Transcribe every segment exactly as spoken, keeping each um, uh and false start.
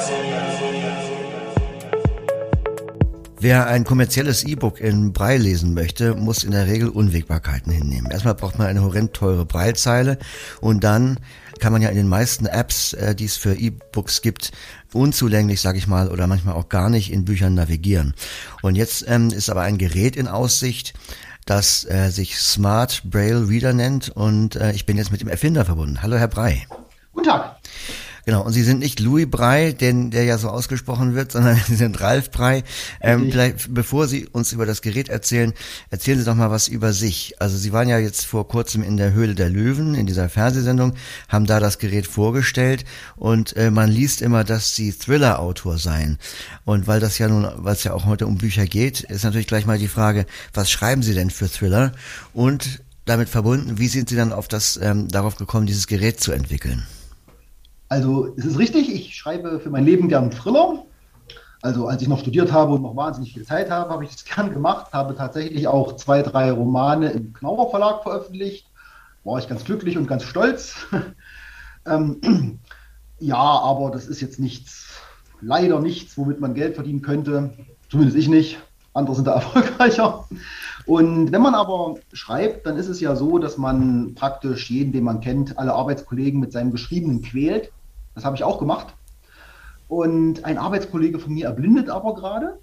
Wer ein kommerzielles E-Book in Braille lesen möchte, muss in der Regel Unwägbarkeiten hinnehmen. Erstmal braucht man eine horrend teure Braillezeile und dann kann man ja in den meisten Apps, äh, die es für E-Books gibt, unzulänglich, sage ich mal, oder manchmal auch gar nicht in Büchern navigieren. Und jetzt ähm, ist aber ein Gerät in Aussicht, das äh, sich Smart Braille Reader nennt und äh, ich bin jetzt mit dem Erfinder verbunden. Hallo Herr Brey. Guten Tag. Genau, und Sie sind nicht Louis Brey, den, der ja so ausgesprochen wird, sondern Sie sind Ralf Brey. Ähm, vielleicht, bevor Sie uns über das Gerät erzählen, erzählen Sie doch mal was über sich. Also Sie waren ja jetzt vor kurzem in der Höhle der Löwen, in dieser Fernsehsendung, haben da das Gerät vorgestellt und äh, man liest immer, dass Sie Thriller-Autor seien. Und weil das ja nun, weil es ja auch heute um Bücher geht, ist natürlich gleich mal die Frage, was schreiben Sie denn für Thriller? Und damit verbunden, wie sind Sie dann auf das, ähm, darauf gekommen, dieses Gerät zu entwickeln? Also es ist richtig, ich schreibe für mein Leben gern Thriller. Also als ich noch studiert habe und noch wahnsinnig viel Zeit habe, habe ich das gern gemacht, habe tatsächlich auch zwei, drei Romane im Knauer Verlag veröffentlicht. War ich ganz glücklich und ganz stolz. ähm, ja, aber das ist jetzt nichts, leider nichts, womit man Geld verdienen könnte. Zumindest ich nicht. Andere sind da erfolgreicher. Und wenn man aber schreibt, dann ist es ja so, dass man praktisch jeden, den man kennt, alle Arbeitskollegen mit seinem Geschriebenen quält. Das habe ich auch gemacht. Und ein Arbeitskollege von mir erblindet aber gerade.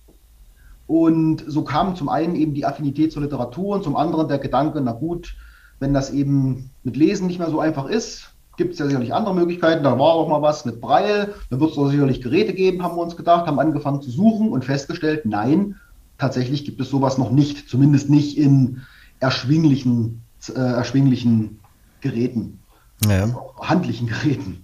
Und so kam zum einen eben die Affinität zur Literatur und zum anderen der Gedanke, na gut, wenn das eben mit Lesen nicht mehr so einfach ist, gibt es ja sicherlich andere Möglichkeiten. Da war auch mal was mit Braille, da wird es doch sicherlich Geräte geben, haben wir uns gedacht, haben angefangen zu suchen und festgestellt, nein, tatsächlich gibt es sowas noch nicht, zumindest nicht in erschwinglichen, äh, erschwinglichen Geräten, ja. handlichen Geräten.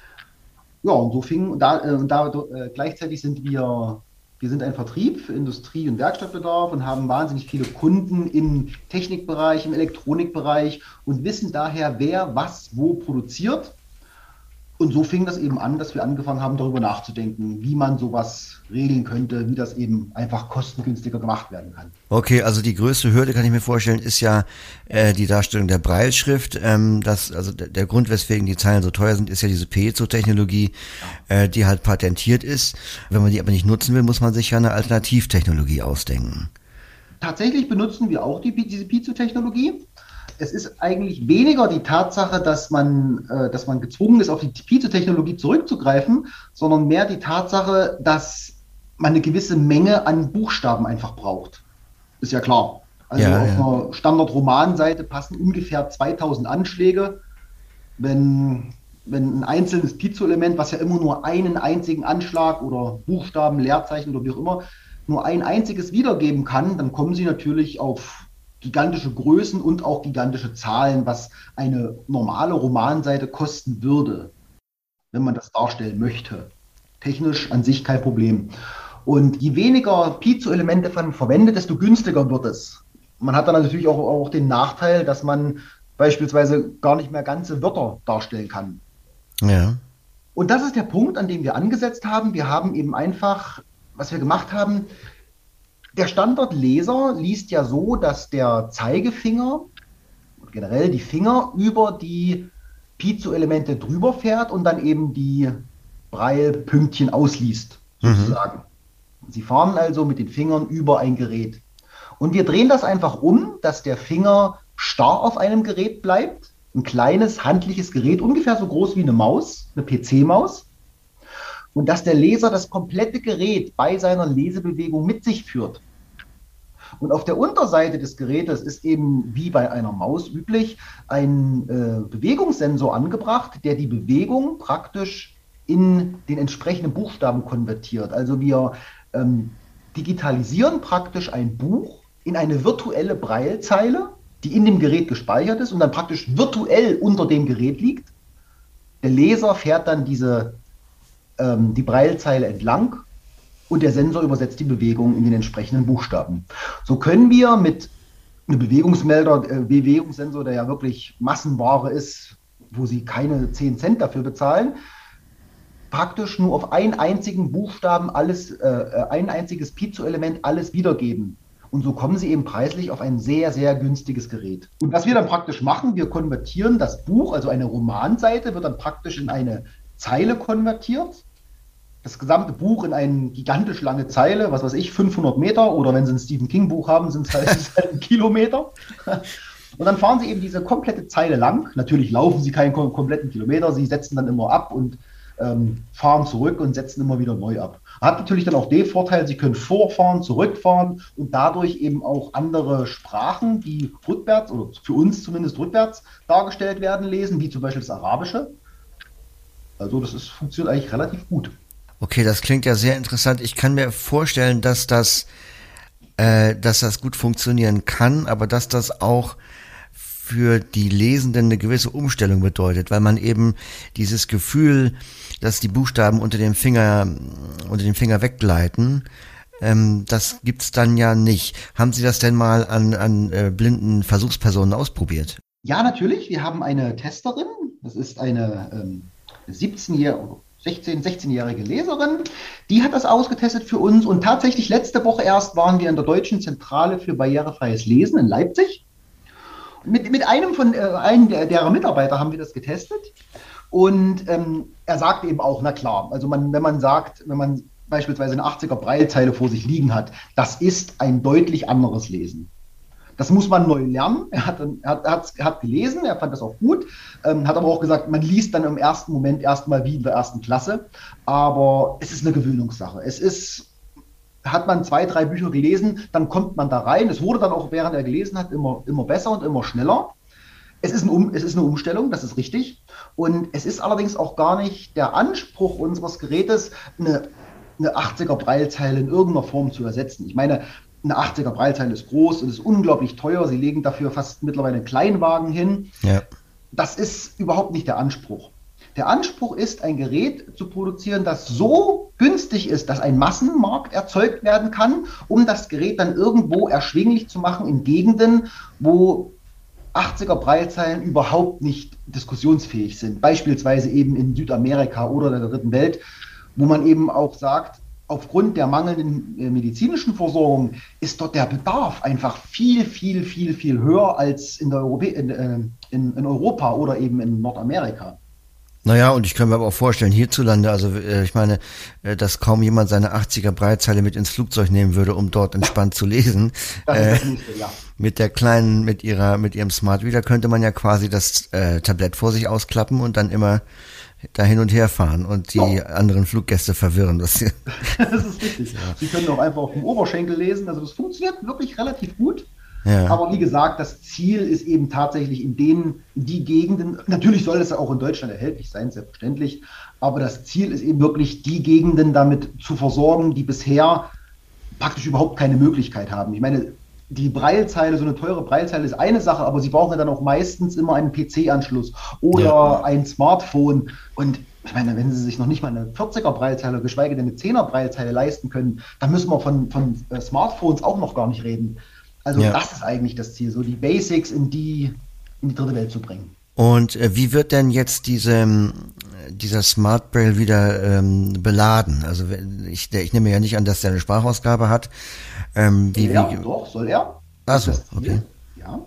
Ja, und so fing, da, äh, da äh, gleichzeitig sind wir, wir sind ein Vertrieb für Industrie- und Werkstattbedarf und haben wahnsinnig viele Kunden im Technikbereich, im Elektronikbereich und wissen daher, wer was wo produziert. Und so fing das eben an, dass wir angefangen haben, darüber nachzudenken, wie man sowas regeln könnte, wie das eben einfach kostengünstiger gemacht werden kann. Okay, also die größte Hürde, kann ich mir vorstellen, ist ja äh, die Darstellung der Brailleschrift. Ähm, das, also der, der Grund, weswegen die Zeilen so teuer sind, ist ja diese Piezo-Technologie, äh, die halt patentiert ist. Wenn man die aber nicht nutzen will, muss man sich ja eine Alternativtechnologie ausdenken. Tatsächlich benutzen wir auch die, diese Piezo-Technologie. Es ist eigentlich weniger die Tatsache, dass man, äh, dass man gezwungen ist, auf die Piezo-Technologie zurückzugreifen, sondern mehr die Tatsache, dass man eine gewisse Menge an Buchstaben einfach braucht. Ist ja klar. Also ja, auf ja. einer Standard-Roman-Seite passen ungefähr zweitausend Anschläge. Wenn, wenn ein einzelnes Piezo-Element, was ja immer nur einen einzigen Anschlag oder Buchstaben, Leerzeichen oder wie auch immer, nur ein einziges wiedergeben kann, dann kommen Sie natürlich auf gigantische Größen und auch gigantische Zahlen, was eine normale Romanseite kosten würde, wenn man das darstellen möchte. Technisch an sich kein Problem. Und je weniger Piezo-Elemente man verwendet, desto günstiger wird es. Man hat dann natürlich auch, auch den Nachteil, dass man beispielsweise gar nicht mehr ganze Wörter darstellen kann. Ja. Und das ist der Punkt, an dem wir angesetzt haben. Wir haben eben einfach, was wir gemacht haben, der Standardleser liest ja so, dass der Zeigefinger, generell die Finger, über die Piezo-Elemente drüber fährt und dann eben die Braille-Pünktchen ausliest, sozusagen. Mhm. Sie fahren also mit den Fingern über ein Gerät. Und wir drehen das einfach um, dass der Finger starr auf einem Gerät bleibt. Ein kleines, handliches Gerät, ungefähr so groß wie eine Maus, eine P C-Maus. Und dass der Leser das komplette Gerät bei seiner Lesebewegung mit sich führt. Und auf der Unterseite des Gerätes ist eben, wie bei einer Maus üblich, ein äh, Bewegungssensor angebracht, der die Bewegung praktisch in den entsprechenden Buchstaben konvertiert. Also wir ähm, digitalisieren praktisch ein Buch in eine virtuelle Braillezeile, die in dem Gerät gespeichert ist und dann praktisch virtuell unter dem Gerät liegt. Der Leser fährt dann diese die Braillezeile entlang und der Sensor übersetzt die Bewegung in den entsprechenden Buchstaben. So können wir mit einem Bewegungsmelder, äh, Bewegungssensor, der ja wirklich Massenware ist, wo Sie keine zehn Cent dafür bezahlen, praktisch nur auf einen einzigen Buchstaben alles, äh, ein einziges Piezo-Element alles wiedergeben. Und so kommen Sie eben preislich auf ein sehr, sehr günstiges Gerät. Und was wir dann praktisch machen, wir konvertieren das Buch, also eine Romanseite, wird dann praktisch in eine Zeile konvertiert. das gesamte Buch in eine gigantisch lange Zeile, was weiß ich, fünfhundert Meter, oder wenn Sie ein Stephen King Buch haben, sind es halt, halt ein Kilometer. Und dann fahren Sie eben diese komplette Zeile lang. Natürlich laufen Sie keinen kom kompletten Kilometer, Sie setzen dann immer ab und ähm, fahren zurück und setzen immer wieder neu ab. Hat natürlich dann auch den Vorteil, Sie können vorfahren, zurückfahren und dadurch eben auch andere Sprachen, die rückwärts, oder für uns zumindest rückwärts dargestellt werden, lesen, wie zum Beispiel das Arabische. Also das ist, funktioniert eigentlich relativ gut. Okay, das klingt ja sehr interessant. Ich kann mir vorstellen, dass das, äh, dass das gut funktionieren kann, aber dass das auch für die Lesenden eine gewisse Umstellung bedeutet, weil man eben dieses Gefühl, dass die Buchstaben unter dem Finger, unter dem Finger weggleiten, ähm, das gibt's dann ja nicht. Haben Sie das denn mal an, an äh, blinden Versuchspersonen ausprobiert? Ja, natürlich. Wir haben eine Testerin. Das ist eine ähm, siebzehnjährige, sechzehn, sechzehnjährige Leserin. Die hat das ausgetestet für uns. Und tatsächlich letzte Woche erst waren wir in der Deutschen Zentrale für barrierefreies Lesen in Leipzig. Mit, mit einem von äh, einem der, derer Mitarbeiter haben wir das getestet. Und ähm, er sagt eben auch, na klar, also man, wenn man sagt, wenn man beispielsweise eine achtziger Braillezeile vor sich liegen hat, das ist ein deutlich anderes Lesen. Das muss man neu lernen. Er hat, er hat, er hat gelesen, er fand das auch gut, ähm, hat aber auch gesagt, man liest dann im ersten Moment erstmal wie in der ersten Klasse, aber es ist eine Gewöhnungssache. Es ist, hat man zwei, drei Bücher gelesen, dann kommt man da rein. Es wurde dann auch, während er gelesen hat, immer, immer besser und immer schneller. Es ist, ein um, es ist eine Umstellung, das ist richtig. Und es ist allerdings auch gar nicht der Anspruch unseres Gerätes, eine, eine achtziger Braillezeile in irgendeiner Form zu ersetzen. Ich meine, eine achtziger Braillezeile ist groß und ist unglaublich teuer. Sie legen dafür fast mittlerweile einen Kleinwagen hin. Ja. Das ist überhaupt nicht der Anspruch. Der Anspruch ist, ein Gerät zu produzieren, das so günstig ist, dass ein Massenmarkt erzeugt werden kann, um das Gerät dann irgendwo erschwinglich zu machen in Gegenden, wo achtziger Braillezeilen überhaupt nicht diskussionsfähig sind. Beispielsweise eben in Südamerika oder der dritten Welt, wo man eben auch sagt, aufgrund der mangelnden äh, medizinischen Versorgung ist dort der Bedarf einfach viel, viel, viel, viel höher als in, der Europä in, äh, in, in Europa oder eben in Nordamerika. Naja, und ich kann mir aber auch vorstellen, hierzulande, also äh, ich meine, äh, dass kaum jemand seine achtziger Braillezeile mit ins Flugzeug nehmen würde, um dort entspannt zu lesen. Äh, so, ja. Mit der kleinen, mit ihrer, mit ihrem Smart Reader könnte man ja quasi das äh, Tablett vor sich ausklappen und dann immer da hin und her fahren und die oh. anderen Fluggäste verwirren. Das, das ist richtig. Ja. Sie können auch einfach auf dem Oberschenkel lesen. Also das funktioniert wirklich relativ gut. Ja. Aber wie gesagt, das Ziel ist eben tatsächlich in den, in die Gegenden, natürlich soll es auch in Deutschland erhältlich sein, selbstverständlich, aber das Ziel ist eben wirklich, die Gegenden damit zu versorgen, die bisher praktisch überhaupt keine Möglichkeit haben. Ich meine, die Braillezeile, so eine teure Braillezeile ist eine Sache, aber sie brauchen ja dann auch meistens immer einen P C-Anschluss oder ja. ein Smartphone. Und ich meine, wenn sie sich noch nicht mal eine vierziger Braillezeile, geschweige denn eine zehner Braillezeile leisten können, dann müssen wir von, von äh, Smartphones auch noch gar nicht reden. Also ja. das ist eigentlich das Ziel, so die Basics in die, in die dritte Welt zu bringen. Und äh, wie wird denn jetzt diese, dieser Smart Braille wieder ähm, beladen? Also ich, ich nehme ja nicht an, dass der eine Sprachausgabe hat. Ähm, wie, ja, wie, doch, soll er. Achso, okay. Ja.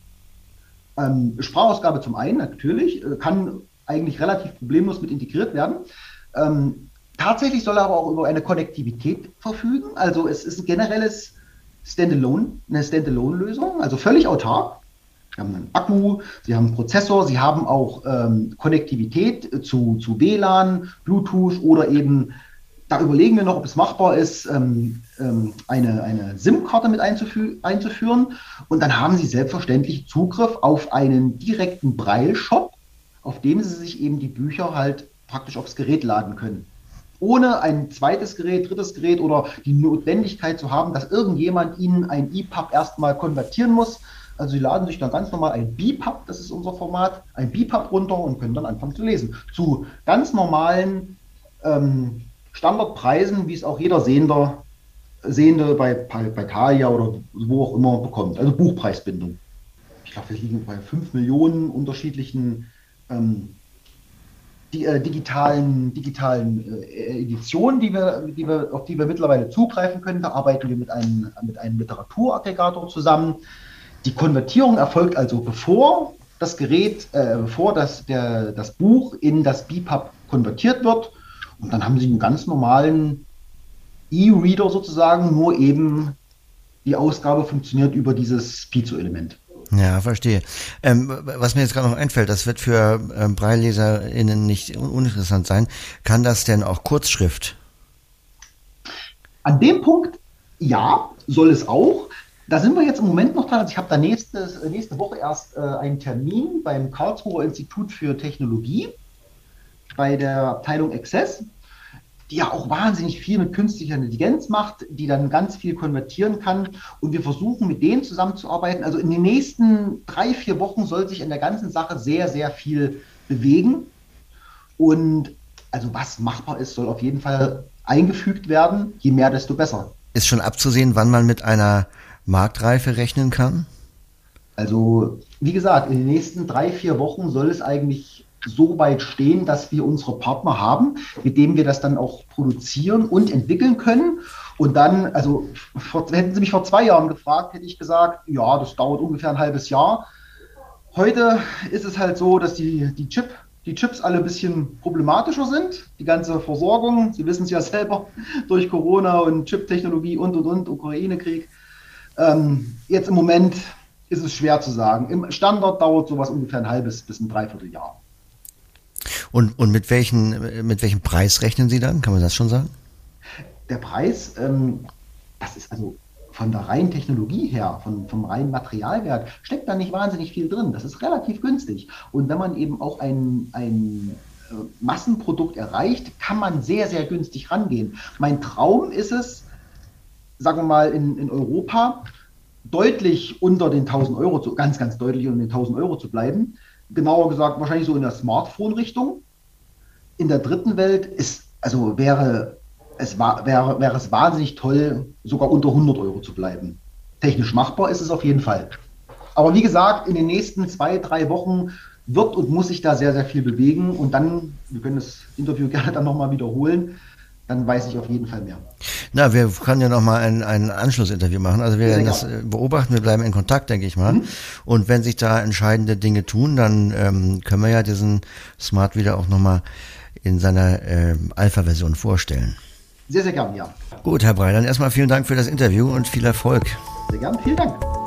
Ähm, Sprachausgabe zum einen natürlich, äh, kann eigentlich relativ problemlos mit integriert werden. Ähm, tatsächlich soll er aber auch über eine Konnektivität verfügen. Also es ist ein generelles Standalone, eine Standalone-Lösung, also völlig autark. Sie haben einen Akku, Sie haben einen Prozessor, Sie haben auch ähm, Konnektivität zu, zu W L A N, Bluetooth oder eben, da überlegen wir noch, ob es machbar ist, ähm, ähm, eine, eine SIM-Karte mit einzufü einzuführen. Und dann haben Sie selbstverständlich Zugriff auf einen direkten Braille-Shop, auf dem Sie sich eben die Bücher halt praktisch aufs Gerät laden können. Ohne ein zweites Gerät, drittes Gerät oder die Notwendigkeit zu haben, dass irgendjemand Ihnen ein E P U B erstmal konvertieren muss. Also Sie laden sich dann ganz normal ein B P U B, das ist unser Format, ein B P U B runter und können dann anfangen zu lesen. Zu ganz normalen ähm, Standardpreisen, wie es auch jeder Sehende, Sehende bei, bei Thalia oder wo auch immer bekommt. Also Buchpreisbindung. Ich glaube, wir liegen bei fünf Millionen unterschiedlichen ähm, die äh, digitalen, digitalen äh, Editionen, die wir, die wir, auf die wir mittlerweile zugreifen können. Da arbeiten wir mit einem, mit einem Literaturaggregator zusammen. Die Konvertierung erfolgt also bevor das Gerät, äh, bevor das, der, das Buch in das B P U B konvertiert wird. Und dann haben Sie einen ganz normalen E-Reader sozusagen, nur eben die Ausgabe funktioniert über dieses Piezo-Element. Ja, verstehe. Ähm, was mir jetzt gerade noch einfällt, das wird für ähm, BrailleleserInnen nicht un- uninteressant sein. Kann das denn auch Kurzschrift? An dem Punkt, ja, soll es auch. Da sind wir jetzt im Moment noch dran. Also ich habe da nächstes, nächste Woche erst äh, einen Termin beim Karlsruher Institut für Technologie bei der Abteilung Access, die ja auch wahnsinnig viel mit künstlicher Intelligenz macht, die dann ganz viel konvertieren kann. Und wir versuchen mit denen zusammenzuarbeiten. Also in den nächsten drei, vier Wochen soll sich in der ganzen Sache sehr, sehr viel bewegen. Und also was machbar ist, soll auf jeden Fall eingefügt werden. Je mehr, desto besser. Ist schon abzusehen, wann man mit einer Marktreife rechnen kann? Also wie gesagt, in den nächsten drei, vier Wochen soll es eigentlich so weit stehen, dass wir unsere Partner haben, mit denen wir das dann auch produzieren und entwickeln können. Und dann, also vor, hätten Sie mich vor zwei Jahren gefragt, hätte ich gesagt, ja, das dauert ungefähr ein halbes Jahr. Heute ist es halt so, dass die, die, Chip, die Chips alle ein bisschen problematischer sind. Die ganze Versorgung, Sie wissen es ja selber, durch Corona und Chip-Technologie und, und, und, Ukraine-Krieg. Ähm, jetzt im Moment ist es schwer zu sagen. Im Standard dauert sowas ungefähr ein halbes bis ein Dreivierteljahr. Und, und mit welchen, mit welchem Preis rechnen Sie dann? Kann man das schon sagen? Der Preis, ähm, das ist also von der reinen Technologie her, von, vom reinen Materialwert, steckt da nicht wahnsinnig viel drin. Das ist relativ günstig. Und wenn man eben auch ein, ein äh, Massenprodukt erreicht, kann man sehr, sehr günstig rangehen. Mein Traum ist es, sagen wir mal, in, in Europa deutlich unter den tausend Euro, zu, ganz, ganz deutlich unter den tausend Euro zu bleiben. Genauer gesagt, wahrscheinlich so in der Smartphone-Richtung. In der dritten Welt ist, also wäre es, war, wäre, wäre es wahnsinnig toll, sogar unter hundert Euro zu bleiben. Technisch machbar ist es auf jeden Fall. Aber wie gesagt, in den nächsten zwei, drei Wochen wird und muss sich da sehr, sehr viel bewegen. Und dann, wir können das Interview gerne dann nochmal wiederholen, dann weiß ich auf jeden Fall mehr. Na, wir können ja noch mal ein, ein Anschlussinterview machen. Also wir werden das beobachten, wir bleiben in Kontakt, denke ich mal. Mhm. Und wenn sich da entscheidende Dinge tun, dann ähm, können wir ja diesen Smart wieder auch noch mal in seiner äh, Alpha-Version vorstellen. Sehr, sehr gern, ja. Gut, Herr Breil, dann erstmal vielen Dank für das Interview und viel Erfolg. Sehr gern, vielen Dank.